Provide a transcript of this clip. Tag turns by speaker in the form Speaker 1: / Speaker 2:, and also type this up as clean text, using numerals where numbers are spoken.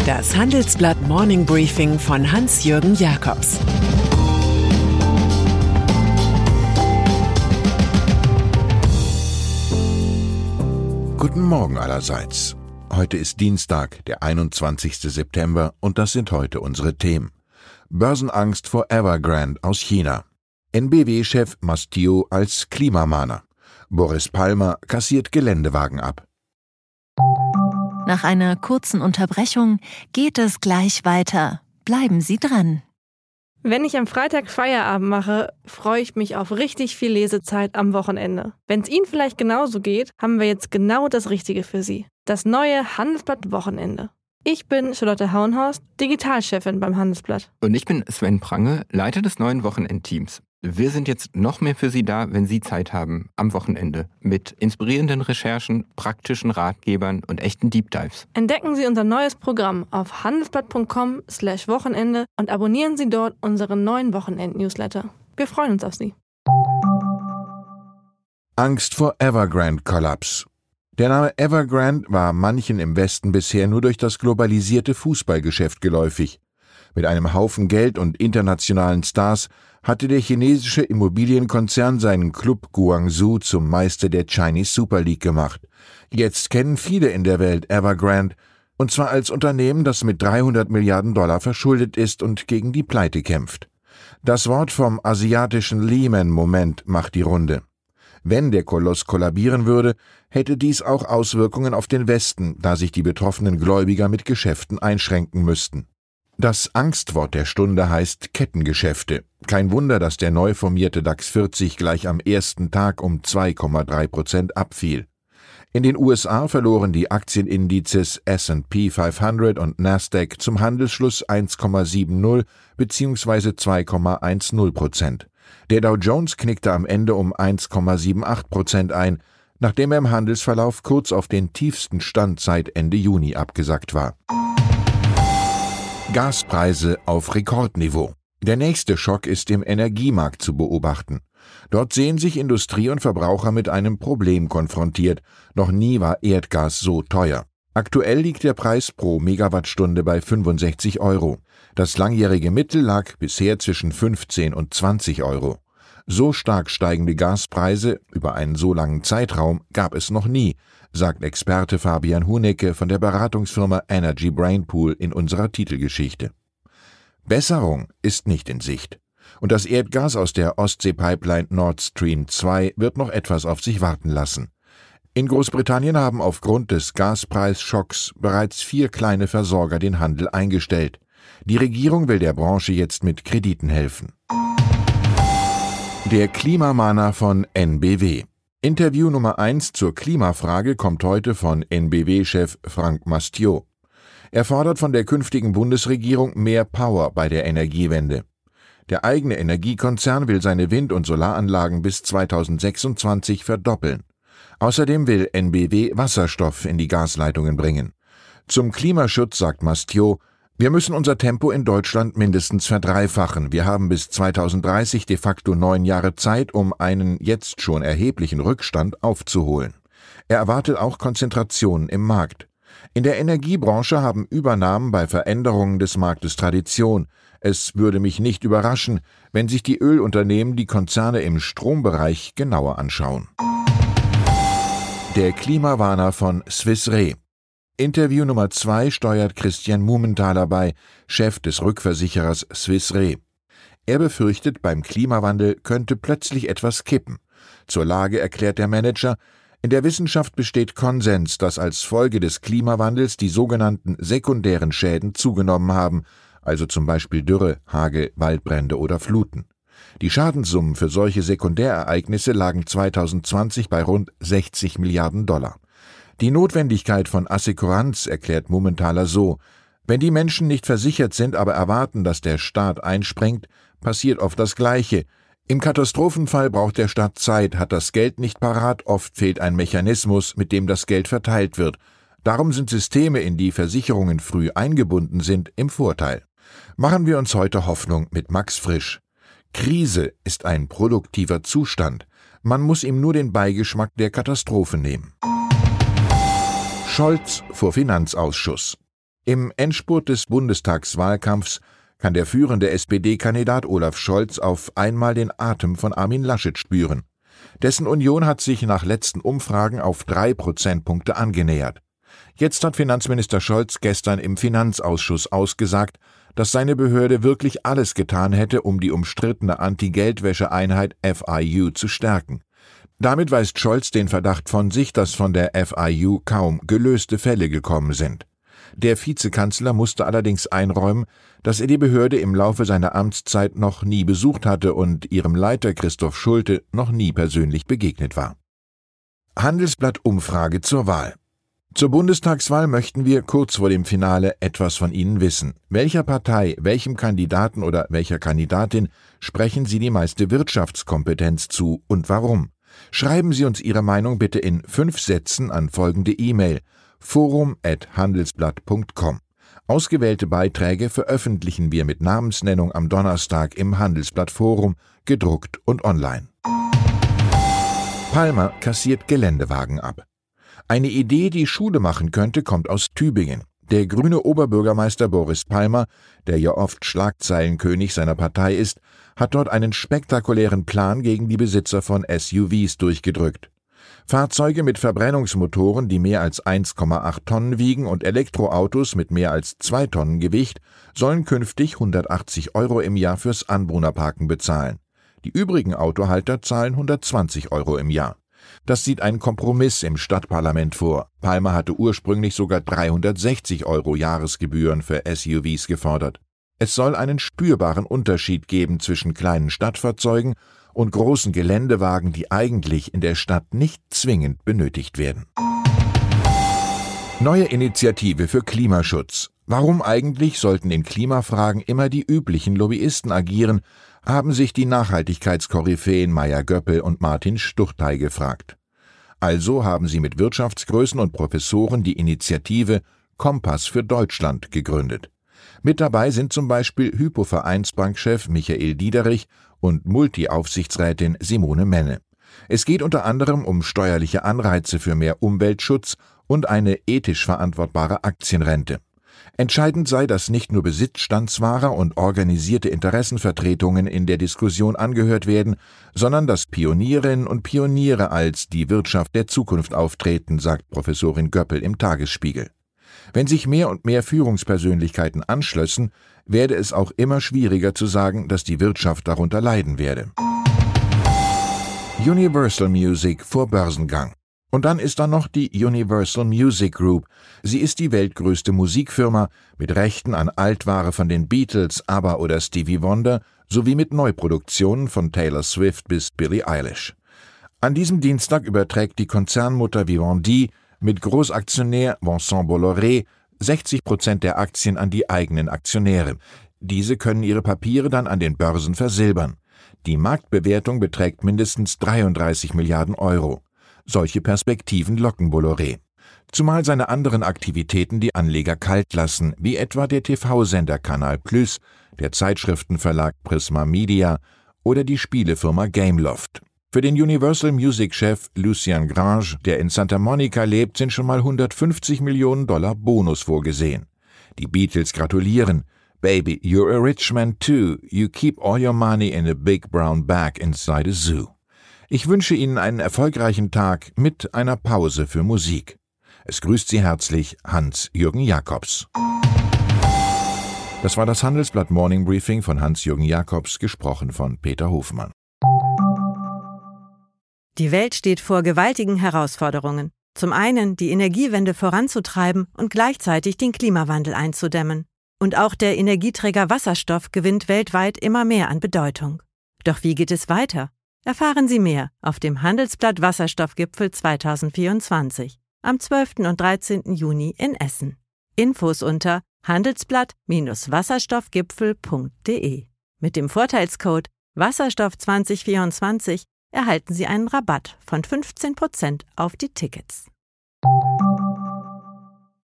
Speaker 1: Das Handelsblatt Morning Briefing von Hans-Jürgen Jakobs.
Speaker 2: Guten Morgen allerseits. Heute ist Dienstag, der 21. September und das sind heute unsere Themen. Börsenangst vor Evergrande aus China. NBW-Chef Mastio als Klimamahner. Boris Palmer kassiert Geländewagen ab.
Speaker 3: Nach einer kurzen Unterbrechung geht es gleich weiter. Bleiben Sie dran.
Speaker 4: Wenn ich am Freitag Feierabend mache, freue ich mich auf richtig viel Lesezeit am Wochenende. Wenn es Ihnen vielleicht genauso geht, haben wir jetzt genau das Richtige für Sie. Das neue Handelsblatt Wochenende. Ich bin Charlotte Hauenhorst, Digitalchefin beim Handelsblatt.
Speaker 5: Und ich bin Sven Prange, Leiter des neuen Wochenendteams. Wir sind jetzt noch mehr für Sie da, wenn Sie Zeit haben, am Wochenende. Mit inspirierenden Recherchen, praktischen Ratgebern und echten Deep Dives.
Speaker 4: Entdecken Sie unser neues Programm auf handelsblatt.com/Wochenende und abonnieren Sie dort unseren neuen Wochenend-Newsletter. Wir freuen uns auf Sie.
Speaker 2: Angst vor Evergrande-Kollaps. Der Name Evergrande war manchen im Westen bisher nur durch das globalisierte Fußballgeschäft geläufig. Mit einem Haufen Geld und internationalen Stars hatte der chinesische Immobilienkonzern seinen Club Guangzhou zum Meister der Chinese Super League gemacht. Jetzt kennen viele in der Welt Evergrande, und zwar als Unternehmen, das mit 300 Milliarden Dollar verschuldet ist und gegen die Pleite kämpft. Das Wort vom asiatischen Lehman-Moment macht die Runde. Wenn der Koloss kollabieren würde, hätte dies auch Auswirkungen auf den Westen, da sich die betroffenen Gläubiger mit Geschäften einschränken müssten. Das Angstwort der Stunde heißt Kettengeschäfte. Kein Wunder, dass der neu formierte DAX 40 gleich am ersten Tag um 2,3% abfiel. In den USA verloren die Aktienindizes S&P 500 und Nasdaq zum Handelsschluss 1,70 bzw. 2,10%. Der Dow Jones knickte am Ende um 1,78% ein, nachdem er im Handelsverlauf kurz auf den tiefsten Stand seit Ende Juni abgesackt war. Gaspreise auf Rekordniveau. Der nächste Schock ist im Energiemarkt zu beobachten. Dort sehen sich Industrie und Verbraucher mit einem Problem konfrontiert. Noch nie war Erdgas so teuer. Aktuell liegt der Preis pro Megawattstunde bei 65 Euro. Das langjährige Mittel lag bisher zwischen 15 und 20 Euro. So stark steigende Gaspreise über einen so langen Zeitraum gab es noch nie, sagt Experte Fabian Hunecke von der Beratungsfirma Energy Brainpool in unserer Titelgeschichte. Besserung ist nicht in Sicht. Und das Erdgas aus der Ostsee-Pipeline Nord Stream 2 wird noch etwas auf sich warten lassen. In Großbritannien haben aufgrund des Gaspreisschocks bereits 4 kleine Versorger den Handel eingestellt. Die Regierung will der Branche jetzt mit Krediten helfen. Der Klimamahner von NBW. Interview Nummer 1 zur Klimafrage kommt heute von NBW-Chef Frank Mastio. Er fordert von der künftigen Bundesregierung mehr Power bei der Energiewende. Der eigene Energiekonzern will seine Wind- und Solaranlagen bis 2026 verdoppeln. Außerdem will NBW Wasserstoff in die Gasleitungen bringen. Zum Klimaschutz sagt Mastio: Wir müssen unser Tempo in Deutschland mindestens verdreifachen. Wir haben bis 2030 de facto 9 Jahre Zeit, um einen jetzt schon erheblichen Rückstand aufzuholen. Er erwartet auch Konzentrationen im Markt. In der Energiebranche haben Übernahmen bei Veränderungen des Marktes Tradition. Es würde mich nicht überraschen, wenn sich die Ölunternehmen die Konzerne im Strombereich genauer anschauen. Der Klimawarner von Swiss Re. Interview Nummer 2 steuert Christian Mumenthaler bei, Chef des Rückversicherers Swiss Re. Er befürchtet, beim Klimawandel könnte plötzlich etwas kippen. Zur Lage erklärt der Manager: In der Wissenschaft besteht Konsens, dass als Folge des Klimawandels die sogenannten sekundären Schäden zugenommen haben, also zum Beispiel Dürre, Hagel, Waldbrände oder Fluten. Die Schadenssummen für solche Sekundärereignisse lagen 2020 bei rund 60 Milliarden Dollar. Die Notwendigkeit von Assekuranz erklärt Mumenthaler so: Wenn die Menschen nicht versichert sind, aber erwarten, dass der Staat einspringt, passiert oft das Gleiche. Im Katastrophenfall braucht der Staat Zeit, hat das Geld nicht parat, oft fehlt ein Mechanismus, mit dem das Geld verteilt wird. Darum sind Systeme, in die Versicherungen früh eingebunden sind, im Vorteil. Machen wir uns heute Hoffnung mit Max Frisch. Krise ist ein produktiver Zustand. Man muss ihm nur den Beigeschmack der Katastrophe nehmen. Scholz vor Finanzausschuss. Im Endspurt des Bundestagswahlkampfs kann der führende SPD-Kandidat Olaf Scholz auf einmal den Atem von Armin Laschet spüren. Dessen Union hat sich nach letzten Umfragen auf 3 Prozentpunkte angenähert. Jetzt hat Finanzminister Scholz gestern im Finanzausschuss ausgesagt, dass seine Behörde wirklich alles getan hätte, um die umstrittene Anti-Geldwäsche-Einheit FIU zu stärken. Damit weist Scholz den Verdacht von sich, dass von der FIU kaum gelöste Fälle gekommen sind. Der Vizekanzler musste allerdings einräumen, dass er die Behörde im Laufe seiner Amtszeit noch nie besucht hatte und ihrem Leiter Christoph Schulte noch nie persönlich begegnet war. Handelsblatt-Umfrage zur Wahl. Zur Bundestagswahl möchten wir kurz vor dem Finale etwas von Ihnen wissen. Welcher Partei, welchem Kandidaten oder welcher Kandidatin sprechen Sie die meiste Wirtschaftskompetenz zu und warum? Schreiben Sie uns Ihre Meinung bitte in 5 Sätzen an folgende E-Mail: forum@handelsblatt.com. Ausgewählte Beiträge veröffentlichen wir mit Namensnennung am Donnerstag im Handelsblatt Forum, gedruckt und online. Palmer kassiert Geländewagen ab. Eine Idee, die Schule machen könnte, kommt aus Tübingen. Der grüne Oberbürgermeister Boris Palmer, der ja oft Schlagzeilenkönig seiner Partei ist, hat dort einen spektakulären Plan gegen die Besitzer von SUVs durchgedrückt. Fahrzeuge mit Verbrennungsmotoren, die mehr als 1,8 Tonnen wiegen, und Elektroautos mit mehr als 2 Tonnen Gewicht sollen künftig 180 € im Jahr fürs Anwohnerparken bezahlen. Die übrigen Autohalter zahlen 120 € im Jahr. Das sieht einen Kompromiss im Stadtparlament vor. Palmer hatte ursprünglich sogar 360 € Jahresgebühren für SUVs gefordert. Es soll einen spürbaren Unterschied geben zwischen kleinen Stadtfahrzeugen und großen Geländewagen, die eigentlich in der Stadt nicht zwingend benötigt werden. Neue Initiative für Klimaschutz. Warum eigentlich sollten in Klimafragen immer die üblichen Lobbyisten agieren, haben sich die Nachhaltigkeitskoryphäen Maya Göppel und Martin Stuchtey gefragt. Also haben sie mit Wirtschaftsgrößen und Professoren die Initiative Kompass für Deutschland gegründet. Mit dabei sind zum Beispiel Hypo-Vereinsbankchef Michael Diederich und Multi-Aufsichtsrätin Simone Menne. Es geht unter anderem um steuerliche Anreize für mehr Umweltschutz und eine ethisch verantwortbare Aktienrente. Entscheidend sei, dass nicht nur Besitzstandswahrer und organisierte Interessenvertretungen in der Diskussion angehört werden, sondern dass Pionierinnen und Pioniere als die Wirtschaft der Zukunft auftreten, sagt Professorin Göppel im Tagesspiegel. Wenn sich mehr und mehr Führungspersönlichkeiten anschlössen, werde es auch immer schwieriger zu sagen, dass die Wirtschaft darunter leiden werde. Universal Music vor Börsengang. Und dann ist da noch die Universal Music Group. Sie ist die weltgrößte Musikfirma mit Rechten an Altware von den Beatles, ABBA oder Stevie Wonder sowie mit Neuproduktionen von Taylor Swift bis Billie Eilish. An diesem Dienstag überträgt die Konzernmutter Vivendi mit Großaktionär Vincent Bolloré 60% der Aktien an die eigenen Aktionäre. Diese können ihre Papiere dann an den Börsen versilbern. Die Marktbewertung beträgt mindestens 33 Milliarden €. Solche Perspektiven locken Bolloré. Zumal seine anderen Aktivitäten die Anleger kalt lassen, wie etwa der TV-Sender Canal+, der Zeitschriftenverlag Prisma Media oder die Spielefirma Gameloft. Für den Universal Music-Chef Lucien Grange, der in Santa Monica lebt, sind schon mal $150 Millionen Bonus vorgesehen. Die Beatles gratulieren. Baby, you're a rich man too. You keep all your money in a big brown bag inside a zoo. Ich wünsche Ihnen einen erfolgreichen Tag mit einer Pause für Musik. Es grüßt Sie herzlich Hans-Jürgen Jakobs. Das war das Handelsblatt Morning Briefing von Hans-Jürgen Jakobs, gesprochen von Peter Hofmann.
Speaker 6: Die Welt steht vor gewaltigen Herausforderungen. Zum einen die Energiewende voranzutreiben und gleichzeitig den Klimawandel einzudämmen. Und auch der Energieträger Wasserstoff gewinnt weltweit immer mehr an Bedeutung. Doch wie geht es weiter? Erfahren Sie mehr auf dem Handelsblatt Wasserstoffgipfel 2024 am 12. und 13. Juni in Essen. Infos unter handelsblatt-wasserstoffgipfel.de. Mit dem Vorteilscode Wasserstoff2024 erhalten Sie einen Rabatt von 15% auf die Tickets.